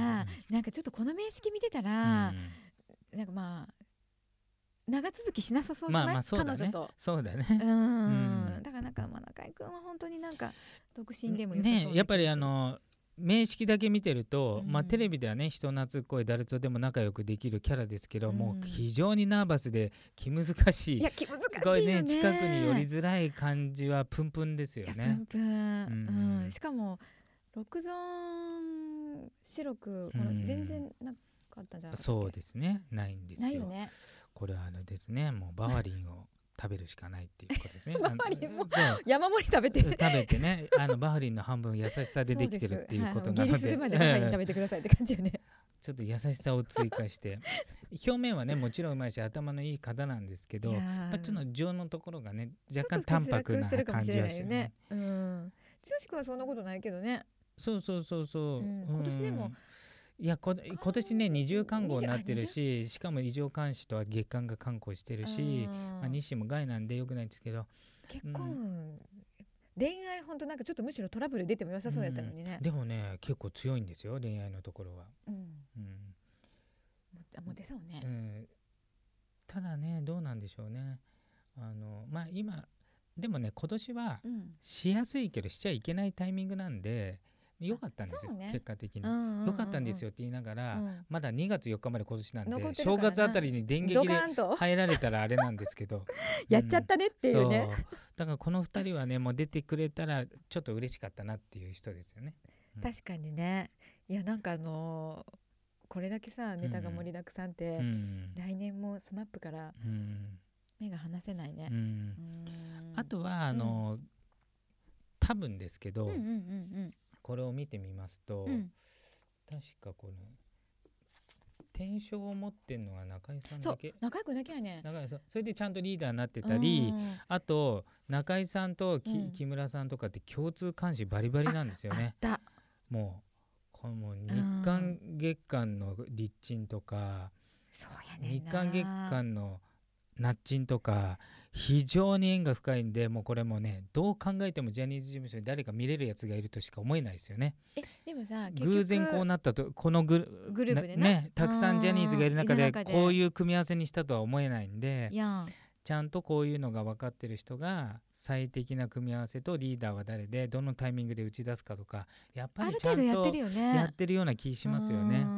なんかちょっとこの面識見てたら、うん、なんかまあ長続きしなさそうじゃない、まあまあそうだね、彼女とそうだね、 うん、うん、だからなんかまあ中居君は本当になんか独身でも良さそうな気がする、 ね、やっぱりあの面識だけ見てると、うんまあ、テレビではね人懐っこい誰とでも仲良くできるキャラですけど、うん、もう非常にナーバスで気難しい、 いや気難しいよね、 近くに寄りづらい感じはプンプンですよね。 プンプン、うんうん、しかも六ゾーン白くこの全然なかったんじゃなかったっけ。 そうですね、ないんですよ。 ないよね。 これはあれですね、もうバワリンを食べるしかないっていうことですね。 バワリンも山盛り食べて食べてね、あのバワリンの半分優しさでできてるっていうことなので、 下痢するまでバワリン食べてくださいって感じよね。 ちょっと優しさを追加して表面はねもちろんうまいし頭のいい方なんですけど、まあ、ちょっと情のところがね若干淡白な感じはしてね。 うん、剛君はそんなことないけどね。 そうそうそうそう、うん、 今年でもいやこ今年ね二重看護になってるし、しかも異常監視とは月間が看護してるし、まあ、西も害なんでよくないんですけど、 結婚、うん、恋愛本当なんかちょっとむしろトラブル出ても良さそうやったのにね、 うん、でもね結構強いんですよ恋愛のところは、うんうん、 モテそうね、 うん、ただねどうなんでしょうね、あのまあ今でもね今年はしやすいけどしちゃいけないタイミングなんで良かったんですよ、ね、結果的に良、うんうんうん、かったんですよって言いながら、うん、まだにがつよっかまで今年なんで正月あたりに電撃で入られたらあれなんですけどやっちゃったねっていうね、 うん、そうだからこのふたりはねもう出てくれたらちょっと嬉しかったなっていう人ですよね、 うん、確かにね。いやなんかあのー、これだけさネタが盛りだくさんって、うん、来年もスマップから目が離せないね、うんうん、 あとはあのーうん、多分ですけど、うんうんうんうんこれを見てみますと、うん、確かこの天正を持ってるのは中居さんだけ。 そう中居君だけやね。 中居さんそれでちゃんとリーダーになってたり、あと中居さんと、うん、木村さんとかって共通監視バリバリなんですよね。 あったもうこの日韓月間の立鎮とか、 そうやねんな、 日韓月間のナッチンとか非常に縁が深いんで、もうこれもねどう考えてもジャニーズ事務所に誰か見れるやつがいるとしか思えないですよね。 えでもさ偶然こうなったとこのグ ル, グループで ね, ねたくさんジャニーズがいる中でこういう組み合わせにしたとは思えないんで、ちゃんとこういうのが分かってる人が最適な組み合わせとリーダーは誰でどのタイミングで打ち出すかとかやっぱりちゃんとやってるような気しますよね。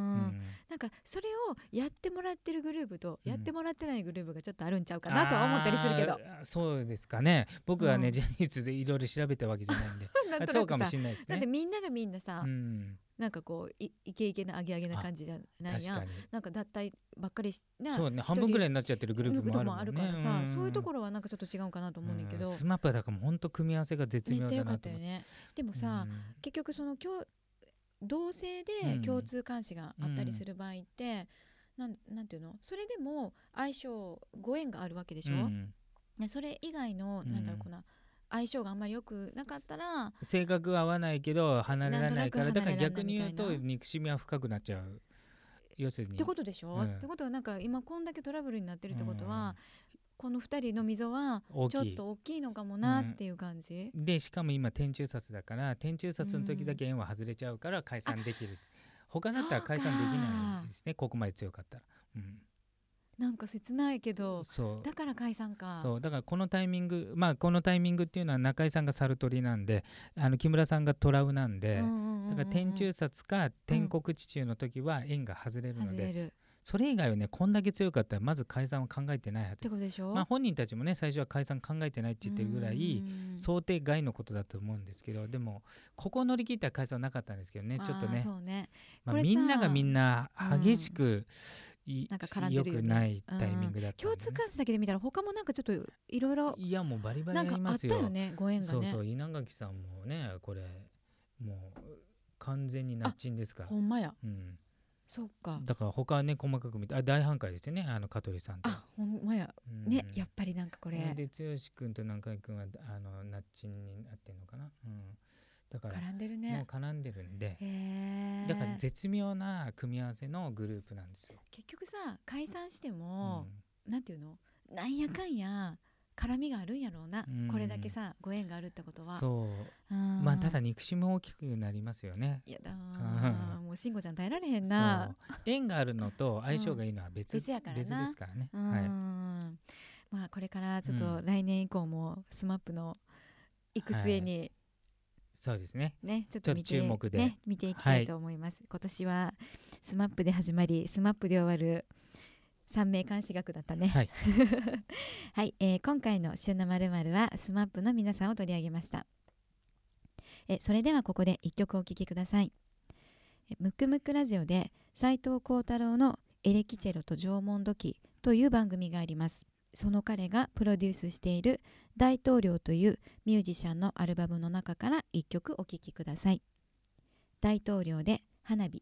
ん、 なんかそれをやってもらってるグループとやってもらってないグループがちょっとあるんちゃうかなとは思ったりするけど、 うん、そうですかね。僕はね、うん、ジャニーズでいろいろ調べたわけじゃないんでなんとなくさそうかもしれないですね。 だってみんながみんなさ、 うん、 なんかこう い, イケイケなアゲアゲな感じじゃないやん。なんか脱退ばっかりしな、 そうね、半分ぐらいになっちゃってるグループもあるもんね。 あるからさ、うん、そういうところはなんかちょっと違うかなと思うんだけど、 スマップはだからもう本当組み合わせが絶妙だなと思って。めっちゃ良かったよね。 でもさ、うん、結局その今日同性で共通監視があったりする場合って、うん、なん, なんていうの、それでも相性ご縁があるわけでしょ、うん、それ以外のなんだろう、この相性があんまり良くなかったら、 性格は合わないけど離れられないから、だから逆に言うと憎しみは深くなっちゃう。要するにってことでしょ、うん、ってことはなんか今こんだけトラブルになってるってことは、うん、このふたりの溝はちょっと大きいのかもなっていう感じ、 うん、でしかも今天中殺だから、天中殺の時だけ縁は外れちゃうから解散できる、うん、他だったら解散できないですね、ここまで強かったら、うん、 なんか切ないけど、そうだから解散か。 そうだからこのタイミング、まあこのタイミングっていうのは中井さんがサルトリなんで、あの木村さんがトラウなんで、だから天中殺か天国地中の時は縁が外れるので、うん、それ以外はね、こんだけ強かったらまず解散は考えてないはずです。 ってことでしょ。 まあ本人たちもね、最初は解散考えてないって言ってるぐらい想定外のことだと思うんですけど、でもここを乗り切ったら解散なかったんですけどね、ちょっとね、 そうね、 まあ、みんながみんな激しく、うん、なんか絡んでるよね、良くないタイミングだった、ね、 うん、共通監視だけで見たら他もなんかちょっといろいろ、 いやもうバリバリありますよ。 なんかあったよね、ご縁がね。 そうそう、稲垣さんもね、これもう完全にナッチンですから。 ほんまや、 うん、 そっか。 だから他はね細かく見て、あ、大反対ですよね、あの香取さんと。 あ、ほんまや、うん、ね、やっぱりなんかこれで剛君と南海君はあのナッチンになってんのかな、うん、だから絡んでるね、 もう絡んでるんで、だから絶妙な組み合わせのグループなんですよ。 結局さ、解散しても、うん、なんていうの、なんやかんや絡みがあるんやろうな、うん、これだけさご縁があるってことは。 そう、まあただ憎しみも大きくなりますよね。 いやだー、もう慎吾ちゃん耐えられへんな。 縁があるのと相性がいいのは 別,、うん、別やからな、別ですからね。うん、はい、 まあこれからちょっと来年以降もスマップの行く末に、はい、 そうですね。 ね、ちょっと見て、 注目で、 ね、見ていきたいと思います。はい、今年はスマップで始まりスマップで終わる三名監視学だったね。はい、はい、えー、今回の旬の〇〇はスマップの皆さんを取り上げました。えそれではここで一曲お聴きください。ムクムクラジオで斉藤幸太郎のエレキチェロと縄文土器という番組があります。その彼がプロデュースしている大統領というミュージシャンのアルバムの中から一曲お聴きください。大統領で花火。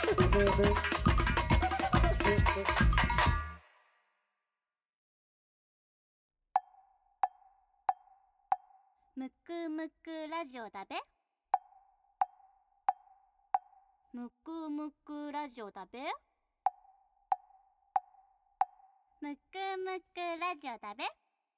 むくむくラジオだべ。むくむくラジオだべ。むくむくラジオだべ。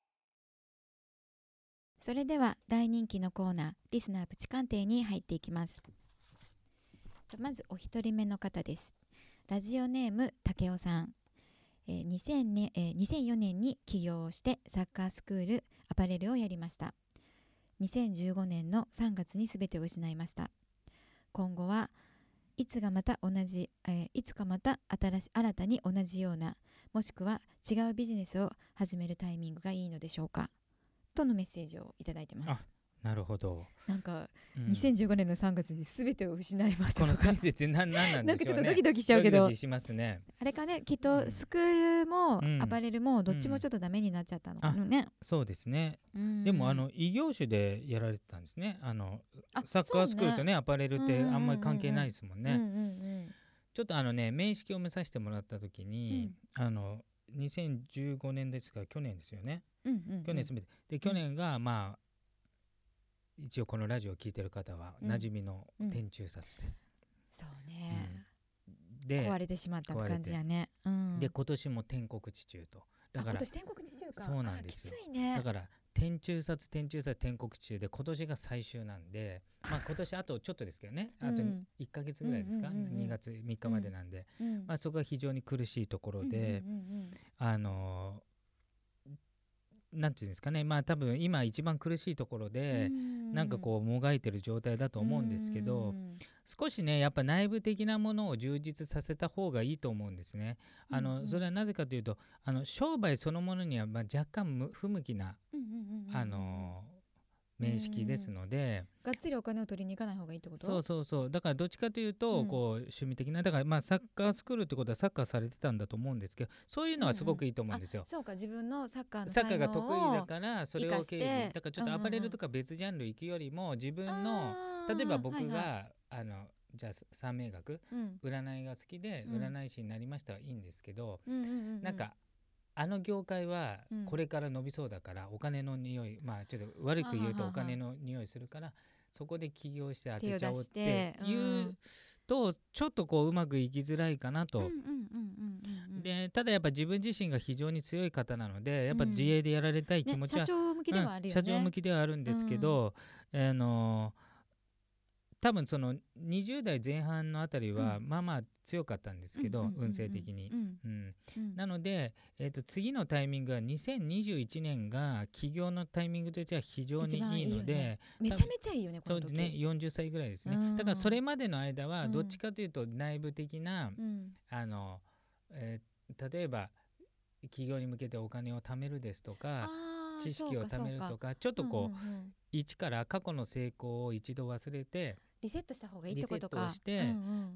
それでは大人気のコーナーリスナープチ鑑定に入っていきます。まずお一人目の方です。ラジオネームたけおさん、えーにせんねんえー、にせんよねんに起業をしてサッカースクールアパレルをやりました。にせんじゅうごねんのさんがつに全てを失いました。今後はいつがまた同じ、えー、いつかまた新し新たに同じような、もしくは違うビジネスを始めるタイミングがいいのでしょうか、とのメッセージをいただいてます。 あ、なるほど。 なんか、 うん、 にせんじゅうごねんのさんがつに全てを失いましたとか、 この全てって何なんでしょうね。 なんかちょっとドキドキしちゃうけど、 ドキドキしますね。 あれかね、きっとスクールもアパレルもどっちもちょっとダメになっちゃったのかなね、 うん、そうですね。でもあの異業種でやられてたんですね。あのサッカースクールとね、アパレルってあんまり関係ないですもんね。ちょっとあのね、面識を見させてもらった時に、うん、あのにせんじゅうごねんですから去年ですよね、うんうんうん、去年すべてで、去年がまあ一応このラジオを聞いてる方は馴染みの天中殺で、うんうん、 そうね、 うん、で壊れてしまったって感じやね、うん、 で今年も天国地中と、だから今年天国地中か、 そうなんですよ。 きついね。 だから天中殺天中殺天国地中で今年が最終なんで、まあ、今年あとちょっとですけどねあといっかげつぐらいですか、うんうんうんうん、にがつみっかまでなんで、うんまあ、そこが非常に苦しいところで、うんうんうん、あのなんていうんですかね、まあ多分今一番苦しいところで、うん、なんかこうもがいてる状態だと思うんですけど、うん、少しねやっぱ内部的なものを充実させた方がいいと思うんですね。あの、うんうん、それはなぜかというと、あの商売そのものにはまあ若干不向きな、うんうんうんうん、あの面識ですので、 がっつりお金を取りに行かない方がいいってこと？ そうそうそう、だからどっちかというと、うん、こう趣味的な、だからまあサッカースクールってことはサッカーされてたんだと思うんですけど、そういうのはすごくいいと思うんですよ、 うんうん、そうか、自分のサッカーのサッカーが得意だからそれを経由、だからちょっとアパレルとか別ジャンル行くよりも自分の、うんうん、例えば僕が、はいはい、あのじゃあ三名学、うん、占いが好きで占い師になりましたはいいんですけど、うんうんうんうん、なんかあの業界はこれから伸びそうだから、うん、お金の匂い、まあちょっと悪く言うとお金の匂いするからそこで起業して当てちゃおうっていうとちょっとこううまくいきづらいかなと。でただやっぱ自分自身が非常に強い方なのでやっぱ自営でやられたい気持ちは、 ね、社長向きではあるよね、 うん、社長向きではあるんですけど、うん、あの多分そのにじゅう代前半のあたりはまあまあ強かったんですけど、うん、運勢的に、うんうんうん、なので、えーと、次のタイミングはにせんにじゅういちねんが起業のタイミングとしては非常にいいので、いいね、 めちゃめちゃいいよね、この時。 そうですね、よんじゅっさいぐらいですね、うん、だからそれまでの間はどっちかというと内部的な、うん、あのえー、例えば起業に向けてお金を貯めるですとか知識を貯めるとかちょっとこう、うんうんうん、一から過去の成功を一度忘れてリセットした方がいいってことか。 リセットをして、うんうん、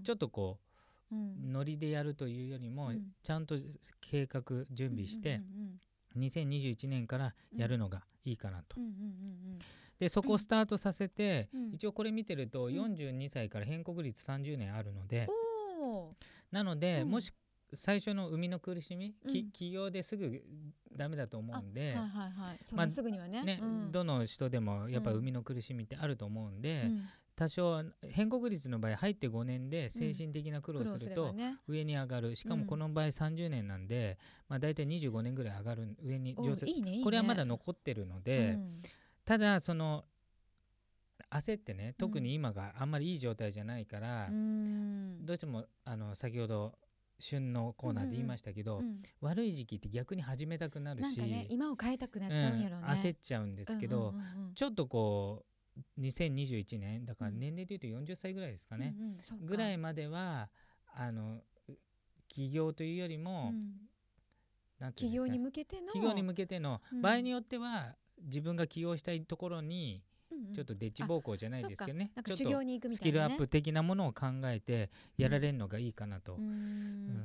ちょっとこう、うん、ノリでやるというよりも、うん、ちゃんと計画準備して、うんうんうん、にせんにじゅういちねんからやるのがいいかなと、うんうんうんうん、でそこをスタートさせて、うん、一応これ見てるとよんじゅうにさいから変革率さんじゅうねんあるので、うん、なので、うん、もし最初の生みの苦しみ、うん、起業ですぐダメだと思うんで、はいはいはい、そんなすぐにはね、ね、うん、どの人でもやっぱ生みの苦しみってあると思うんで、うん、多少変革率の場合入ってごねんで精神的な苦労をすると上に上がる、しかもこの場合さんじゅうねんなんで、まあ、大体にじゅうごねんぐらい上がる上に上手、いいねいいね、これはまだ残ってるので、うん、ただその焦ってね、特に今があんまりいい状態じゃないから、うん、どうしてもあの先ほど旬のコーナーで言いましたけど、うんうん、悪い時期って逆に始めたくなるし、なんかね、今を変えたくなっちゃうんやろうね、うん、焦っちゃうんですけど、うんうんうんうん、ちょっとこうにせんにじゅういちねんだから年齢でいうとよんじゅっさいぐらいですかね、うんうん、ぐらいまではあの起業というよりも、うん、なんていうんですか、起業に向けての起業に向けての、うん、場合によっては自分が起業したいところにちょっとデッチ奉公じゃないですけどね、ちょっとスキルアップ的なものを考えてやられるのがいいかなと、うんうん、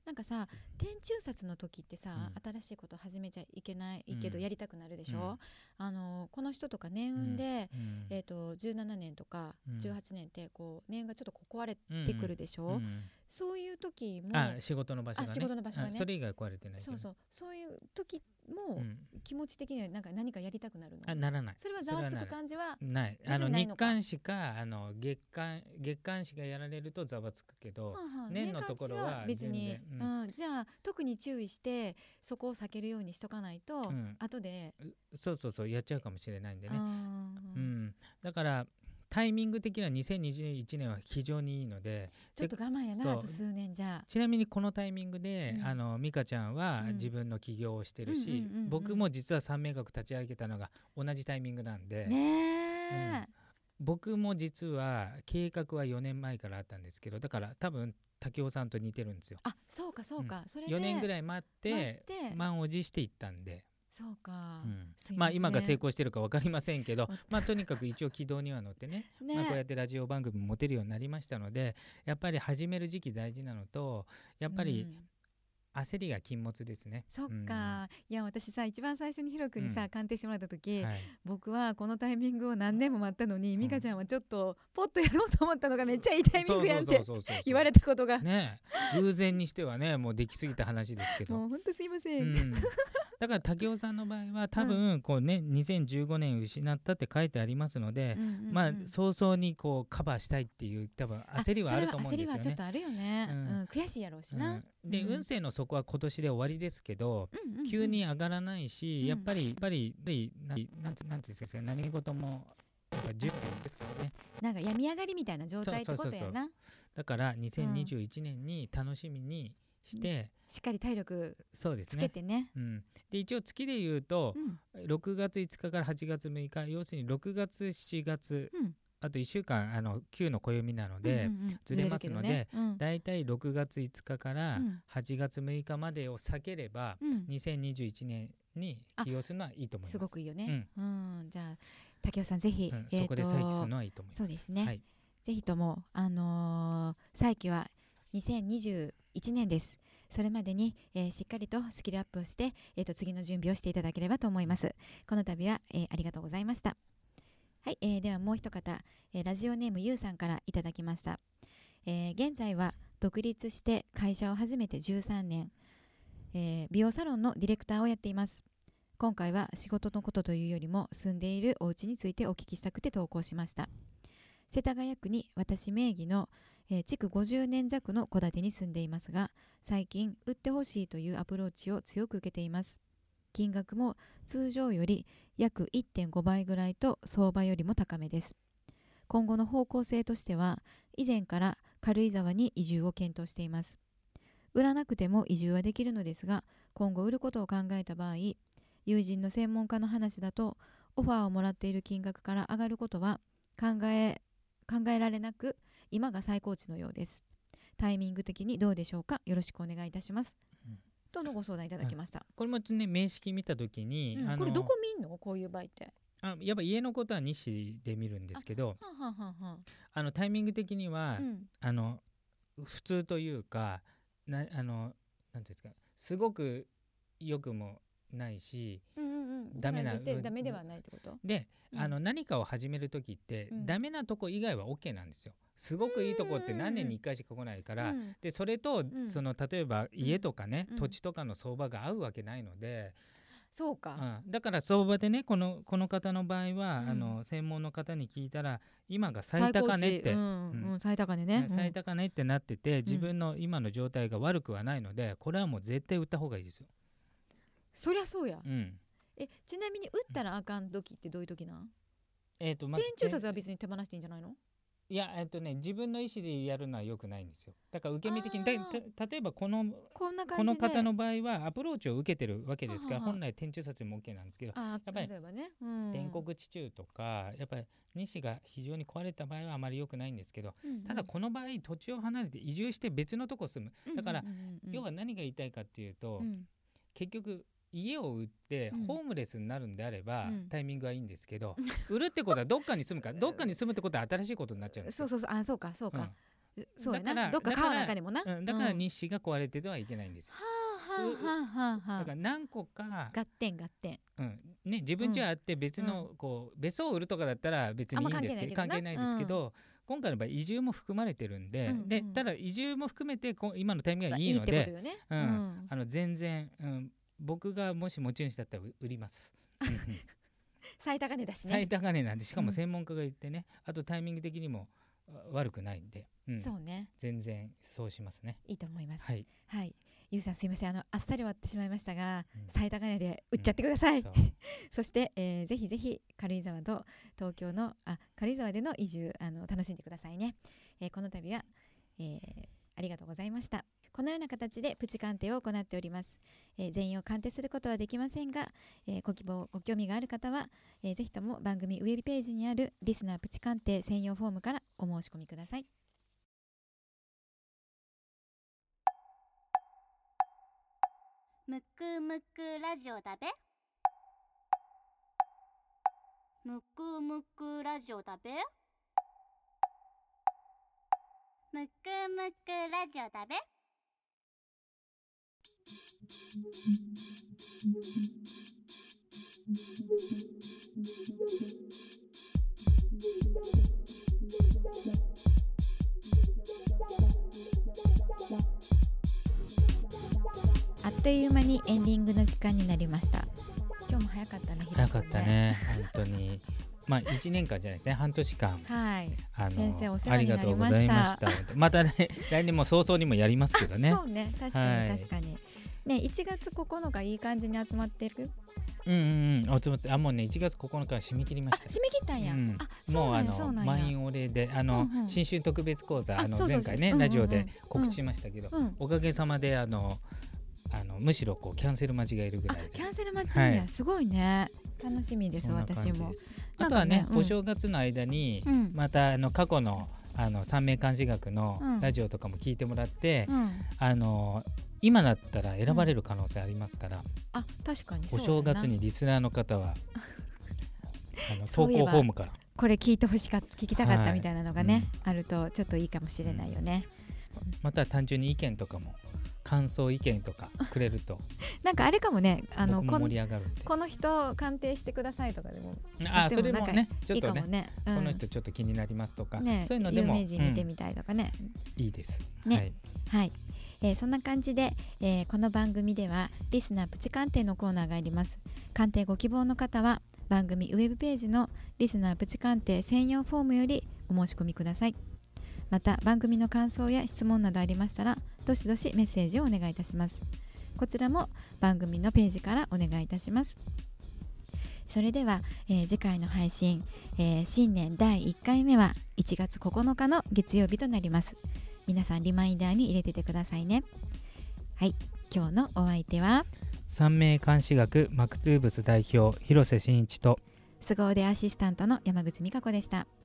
なんかさ天中殺の時ってさ、 うん、 新しいこと始めちゃいけないけどやりたくなるでしょ、 うん、 あのこの人とか年運で、 うん、 えー、とじゅうななねんとかじゅうはちねんってこう年運がちょっとこう壊れてくるでしょ、 うんうん、 そういう時もあ仕事の場所がね、 あ仕事の場所がね、 それ以外壊れてないけど、 そうそうそういう時も、 うん、 気持ち的にはなんか何かやりたくなるの？ あならない。 それはざわつく感じはない。あの日刊誌かあの月刊月刊誌がやられるとざわつくけど、はあはあ、年のところは別に、 うんうん、じゃあ特に注意してそこを避けるようにしとかないと、うん、後でそうそうそうやっちゃうかもしれないんでね、うん、だからタイミング的にはにせんにじゅういちねんは非常にいいので、 ちょっと我慢やなあと数年じゃ。 ちなみにこのタイミングで、うん、あの美香ちゃんは自分の起業をしてるし、うん、僕も実は三名学立ち上げたのが同じタイミングなんで、 ね、うん、 僕も実は計画はよねんまえからあったんですけど、だから多分武雄さんと似てるんですよ。 あ、そうかそうか、うん、それでよねんぐらい待って満を持していったんで。 そうか、 うん、まあ今が成功してるか分かりませんけどまあとにかく一応軌道には乗ってねね、まあ、こうやってラジオ番組も持てるようになりましたので、やっぱり始める時期大事なのと、やっぱり、うん焦りが禁物ですね。 そっか、うん、いや私さ一番最初にヒロ君にさ、うん、鑑定してもらった時、はい、僕はこのタイミングを何年も待ったのに、うん、美香ちゃんはちょっとポッとやろうと思ったのがめっちゃいいタイミングやんって言われたことがね、偶然にしてはねもうできすぎた話ですけどもうほんとすいません、うん、 だから武雄さんの場合は多分こう、ね、にせんじゅうごねん失ったって書いてありますので、うんうんうん、まあ早々にこうカバーしたいっていう多分焦りはあると思うんですよね。 焦りはちょっとあるよね、うんうん、悔しいやろうしな、うん、 で、うん、運勢の底は今年で終わりですけど、うんうんうん、急に上がらないし、うん、やっぱりやっぱりなんてなんていうんですか、何事もじゅっせんですからね、 なんか病み上がりみたいな状態ってことやな。そうそうそうそう、 だからにせんにじゅういちねんに楽しみにして、うん、 しっかり体力つけてね。 うん、で一応月で言うと、うん、ろくがついつかからはちがつむいか、要するにろくがつしちがつ、うん、あといっしゅうかんあの旧の暦なので、うんうんうん、ずれますので、ね、うん、だいたいろくがついつかからはちがつむいかまでを避ければ、うん、にせんにじゅういちねんに起用するのはいいと思います。 すごくいいよね、うんうん、じゃあ武雄さんぜひ、 うん、そこで再起するのはいいと思います。 そうですね、 はい、 ぜひとも、あのー、再起はにせんにじゅういちねんです。それまでに、えー、しっかりとスキルアップをして、えー、と次の準備をしていただければと思います。この度は、えー、ありがとうございました。はい、えー、ではもう一方、えー、ラジオネームゆうさんからいただきました。えー、現在は独立して会社を始めてじゅうさんねん、えー、美容サロンのディレクターをやっています。今回は仕事のことというよりも住んでいるお家についてお聞きしたくて投稿しました。世田谷区に私名義の、えー、築ごじゅうねん弱の戸建てに住んでいますが、最近売ってほしいというアプローチを強く受けています。金額も通常より約 いってんごばいぐらいと相場よりも高めです。今後の方向性としては、以前から軽井沢に移住を検討しています。売らなくても移住はできるのですが、今後売ることを考えた場合、友人の専門家の話だと、オファーをもらっている金額から上がることは考え、考えられなく、今が最高値のようです。タイミング的にどうでしょうか。よろしくお願いいたします。うん、とのご相談いただきました。はい、 これもね名式見たときに、 うん、 あのこれどこ見んの？こういう場合って。 あやっぱ家のことは西で見るんですけど、あはははあのタイミング的には、うん、あの普通というかなあのなんていうんですか、すごく良くもないし、うんうんうん、ダメなダメではないってことで、うん、あの何かを始めるときって、うん、ダメなとこ以外は OK なんですよ。すごくいいとこって何年にいっかいしか来ないから、うん、でそれと、うん、その例えば家とかね、うん、土地とかの相場が合うわけないので、 そうか、 うん、だから相場でねこの、この方の場合は、あの専門の方に聞いたら今が最高値って、 うんうん、最高値ね、 最高値ってなってて、自分の今の状態が悪くはないので、これはもう絶対売った方がいいですよ。 そりゃそうや、 うん、 えちなみに売ったらあかん時ってどういう時なん？ えーとま、 天中殺は別に手放していいんじゃないの？ いや、えっとね、自分の意思でやるのは良くないんですよ。だから受け身的にだた例えばこのこんな感じでこの方の場合はアプローチを受けてるわけですから、ははは本来天中殺でも OK なんですけど、 やっぱり、ねうん、天国地中とかやっぱり西が非常に壊れた場合はあまり良くないんですけど、うんうん、ただこの場合土地を離れて移住して別のとこ住む。だから、うんうんうんうん、要は何が言いたいかっていうと、うん、結局家を売ってホームレスになるんであれば、うん、タイミングはいいんですけど、うん、売るってことはどっかに住むかどっかに住むってことは新しいことになっちゃうんですよ。 そうそうそう、あ、そうかそうか、 そうやな、どっか川の中にもな、 だから日誌が壊れててはいけないんですよ。 はあはあはあはあ、 だから何個か合点合点、 うんね、自分家はあって別のこう別荘を売るとかだったら別にいいんですけど、関係ないですけど、今回の場合移住も含まれてるんで、でただ移住も含めて今のタイミングがいいので、あの全然、うん、僕がもし持ち主だったら売ります。 最高値だしね。 最高値なんで、しかも専門家が言ってね、あとタイミング的にも悪くないんで、うん、 そうね、 全然そうしますね。 いいと思います。 はい、 はい、ゆうさんすいません、あのあっさり終わってしまいましたが、うん、最高値で売っちゃってください。うん、そ, そして、えー、ぜひぜひ軽井沢と東京のあ軽井沢での移住あの楽しんでくださいね。えー、この度は、えー、ありがとうございました。このような形でプチ鑑定を行っております。えー、全員を鑑定することはできませんが、えー、ご希望ご興味がある方は、えー、ぜひとも番組ウェブページにあるリスナープチ鑑定専用フォームからお申し込みください。 むくむくラジオだべ。むくむくラジオだべ。むくむくラジオだべ。 あっという間にエンディングの時間になりました。今日も早かったね。 早かったね、本当に。まあいちねんかんじゃないですね、半年間、 はい、 あの先生お世話になりました。 ありがとうございました。また、ね、来年も早々にもやりますけどね。 そうね、確かに確かに、はい、ね、いちがつここのかいい感じに集まってる。 うんうんうん、集まって、あ、もうねいちがつここのか締め切りました。 締め切ったんや、うん、あ、 もうあの満員御礼で、あの、うんうん、新春特別講座、あの前回ね、うんうん、ラジオで告知しましたけど、うんうん、おかげさまであのあのむしろこうキャンセル待ちがいるぐらいで。 キャンセル待ちね、はい、すごいね、楽しみです。私も。 あとはね、うん、お正月の間に、うん、またあの過去のあの三名監視学のラジオとかも聞いてもらって、うん、あの今だったら選ばれる可能性ありますから、うん、 あ、確かにそうだな。お正月にリスナーの方はあの投稿フォームからこれ聞いてほしかった聞きたかったみたいなのがね、はい、うん、あるとちょっといいかもしれないよね。 うん、また単純に意見とかも感想意見とかくれるとなんかあれかもね、あの盛り上がるんで、 この人鑑定してくださいとかでも、 あ、それもねちょっと ね, いいね、うん、この人ちょっと気になりますとか、ね、そういうのでも有名人見てみたいとかね、 うん、いいですね、はい、はい、えー、そんな感じで、えー、この番組ではリスナープチ鑑定のコーナーがあります。鑑定ご希望の方は番組ウェブページのリスナープチ鑑定専用フォームよりお申し込みください。また番組の感想や質問などありましたらどしどしメッセージをお願いいたします。こちらも番組のページからお願いいたします。それでは、えー、次回の配信、えー、新年だいいっかいめはいちがつここのかの月曜日となります。皆さんリマインダーに入れててくださいね。はい、今日のお相手は三名監視学マクトゥーブス代表広瀬真一と凄腕アシスタントの山口美香子でした。